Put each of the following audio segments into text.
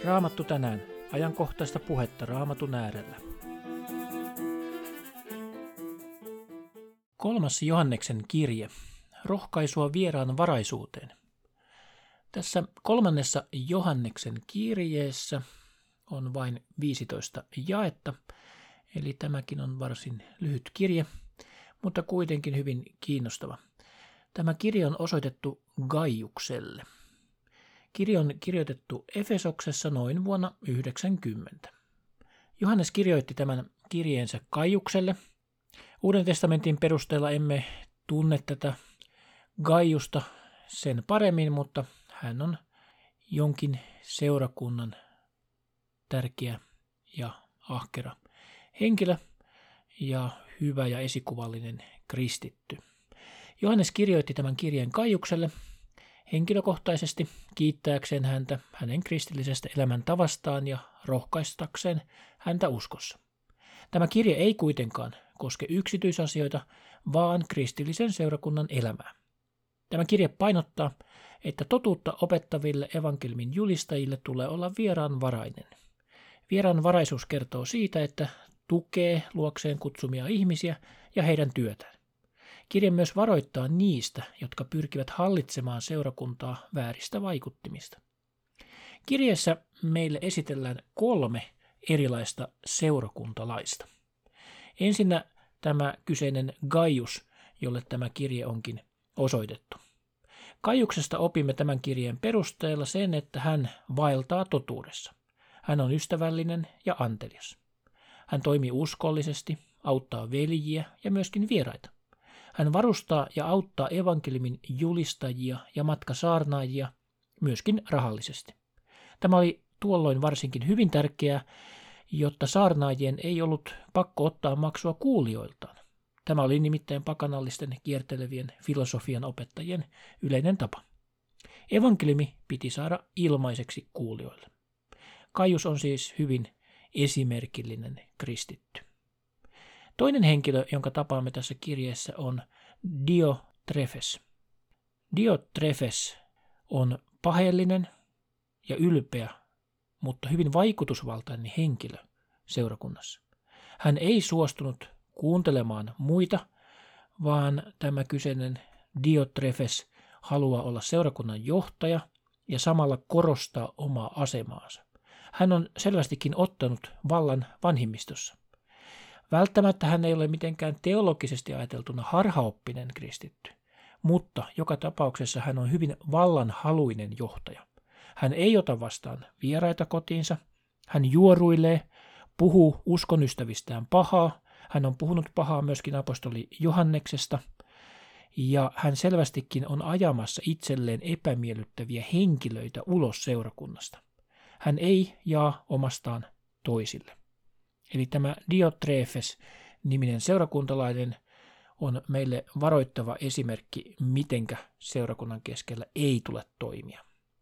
Raamattu tänään. Ajankohtaista puhetta Raamatun äärellä. 3. Johanneksen kirje. Rohkaisua vieraan varaisuuteen. Tässä 3. Johanneksen kirjeessä on vain 15 jaetta, eli tämäkin on varsin lyhyt kirje, mutta kuitenkin hyvin kiinnostava. Tämä kirje on osoitettu Gaiukselle. Kirje on kirjoitettu Efesoksessa noin vuonna 90. Johannes kirjoitti tämän kirjeensä Gaiukselle. Uuden testamentin perusteella emme tunne tätä Gaiusta sen paremmin, mutta hän on jonkin seurakunnan tärkeä ja ahkera henkilö ja hyvä ja esikuvallinen kristitty. Johannes kirjoitti tämän kirjeen Gaiukselle henkilökohtaisesti kiittääkseen häntä hänen kristillisestä elämäntavastaan ja rohkaistakseen häntä uskossa. Tämä kirje ei kuitenkaan koske yksityisasioita, vaan kristillisen seurakunnan elämää. Tämä kirje painottaa, että totuutta opettaville evankeliumin julistajille tulee olla vieraanvarainen. Vieraanvaraisuus kertoo siitä, että tukee luokseen kutsumia ihmisiä ja heidän työtään. Kirje myös varoittaa niistä, jotka pyrkivät hallitsemaan seurakuntaa vääristä vaikuttimista. Kirjeessä meille esitellään 3 erilaista seurakuntalaista. Ensinnä tämä kyseinen Gaius, jolle tämä kirje onkin osoitettu. Gaiuksesta opimme tämän kirjeen perusteella sen, että hän vaeltaa totuudessa. Hän on ystävällinen ja antelias. Hän toimii uskollisesti, auttaa veljiä ja myöskin vieraita. Hän varustaa ja auttaa evankeliumin julistajia ja matkasaarnaajia myöskin rahallisesti. Tämä oli tuolloin varsinkin hyvin tärkeää, jotta saarnaajien ei ollut pakko ottaa maksua kuulijoiltaan. Tämä oli nimittäin pakanallisten kiertelevien filosofian opettajien yleinen tapa. Evankeliumi piti saada ilmaiseksi kuulijoille. Gaius on siis hyvin esimerkillinen kristitty. Toinen henkilö, jonka tapaamme tässä kirjeessä, on Diotrefes. Diotrefes on paheellinen ja ylpeä, mutta hyvin vaikutusvaltainen henkilö seurakunnassa. Hän ei suostunut kuuntelemaan muita, vaan tämä kyseinen Diotrefes haluaa olla seurakunnan johtaja ja samalla korostaa omaa asemaansa. Hän on selvästikin ottanut vallan vanhimmistossa. Välttämättä hän ei ole mitenkään teologisesti ajateltuna harhaoppinen kristitty, mutta joka tapauksessa hän on hyvin vallanhaluinen johtaja. Hän ei ota vastaan vieraita kotiinsa, hän juoruilee, puhuu uskonystävistään pahaa, hän on puhunut pahaa myöskin apostoli Johanneksesta, ja hän selvästikin on ajamassa itselleen epämiellyttäviä henkilöitä ulos seurakunnasta. Hän ei jaa omastaan toisille. Eli tämä Diotrefes-niminen seurakuntalainen on meille varoittava esimerkki, mitenkä seurakunnan keskellä ei tule toimia.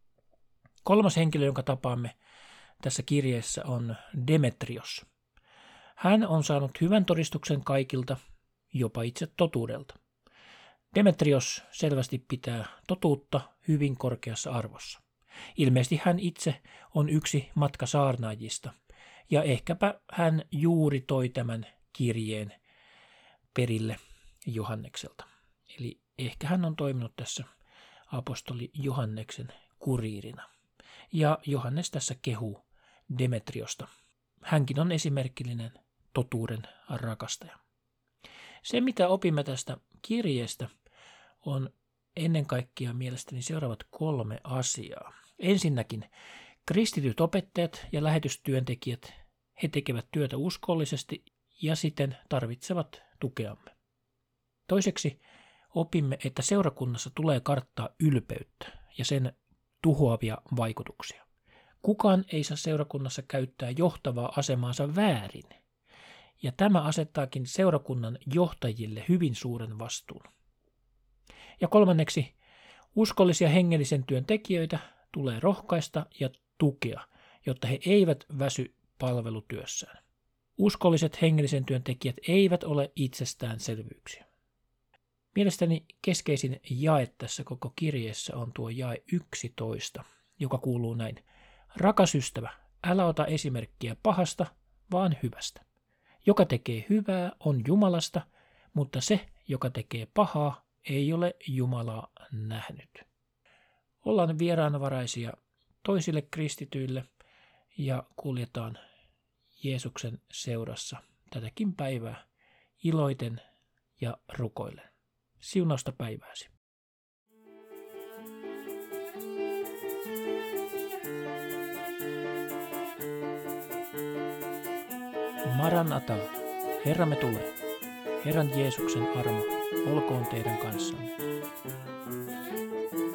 3. henkilö, jonka tapaamme tässä kirjeessä, on Demetrios. Hän on saanut hyvän todistuksen kaikilta, jopa itse totuudelta. Demetrios selvästi pitää totuutta hyvin korkeassa arvossa. Ilmeisesti hän itse on yksi matkasaarnaajista, ja ehkäpä hän juuri toi tämän kirjeen perille Johannekselta. Eli ehkä hän on toiminut tässä apostoli Johanneksen kuriirina. Ja Johannes tässä kehuu Demetriosta. Hänkin on esimerkillinen totuuden rakastaja. Se, mitä opimme tästä kirjeestä, on ennen kaikkea mielestäni seuraavat 3 asiaa. Ensinnäkin kristityt opettajat ja lähetystyöntekijät, he tekevät työtä uskollisesti ja siten tarvitsevat tukeamme. Toiseksi opimme, että seurakunnassa tulee karttaa ylpeyttä ja sen tuhoavia vaikutuksia. Kukaan ei saa seurakunnassa käyttää johtavaa asemaansa väärin, ja tämä asettaakin seurakunnan johtajille hyvin suuren vastuun. Ja kolmanneksi, uskollisia hengellisen työn tekijöitä tulee rohkaista ja tukea, jotta he eivät väsy palvelutyössään. Uskolliset hengellisen työn tekijät eivät ole itsestäänselvyyksiä. Mielestäni keskeisin jae tässä koko kirjeessä on tuo jae 11, joka kuuluu näin. Rakas ystävä, älä ota esimerkkiä pahasta, vaan hyvästä. Joka tekee hyvää, on Jumalasta, mutta se, joka tekee pahaa, ei ole Jumalaa nähnyt. Ollaan vieraanvaraisia toisille kristityille ja kuljetaan Jeesuksen seurassa tätäkin päivää iloiten ja rukoillen. Siunausta päivääsi. Maranatha, Herramme tulee. Herran Jeesuksen armo olkoon teidän kanssanne.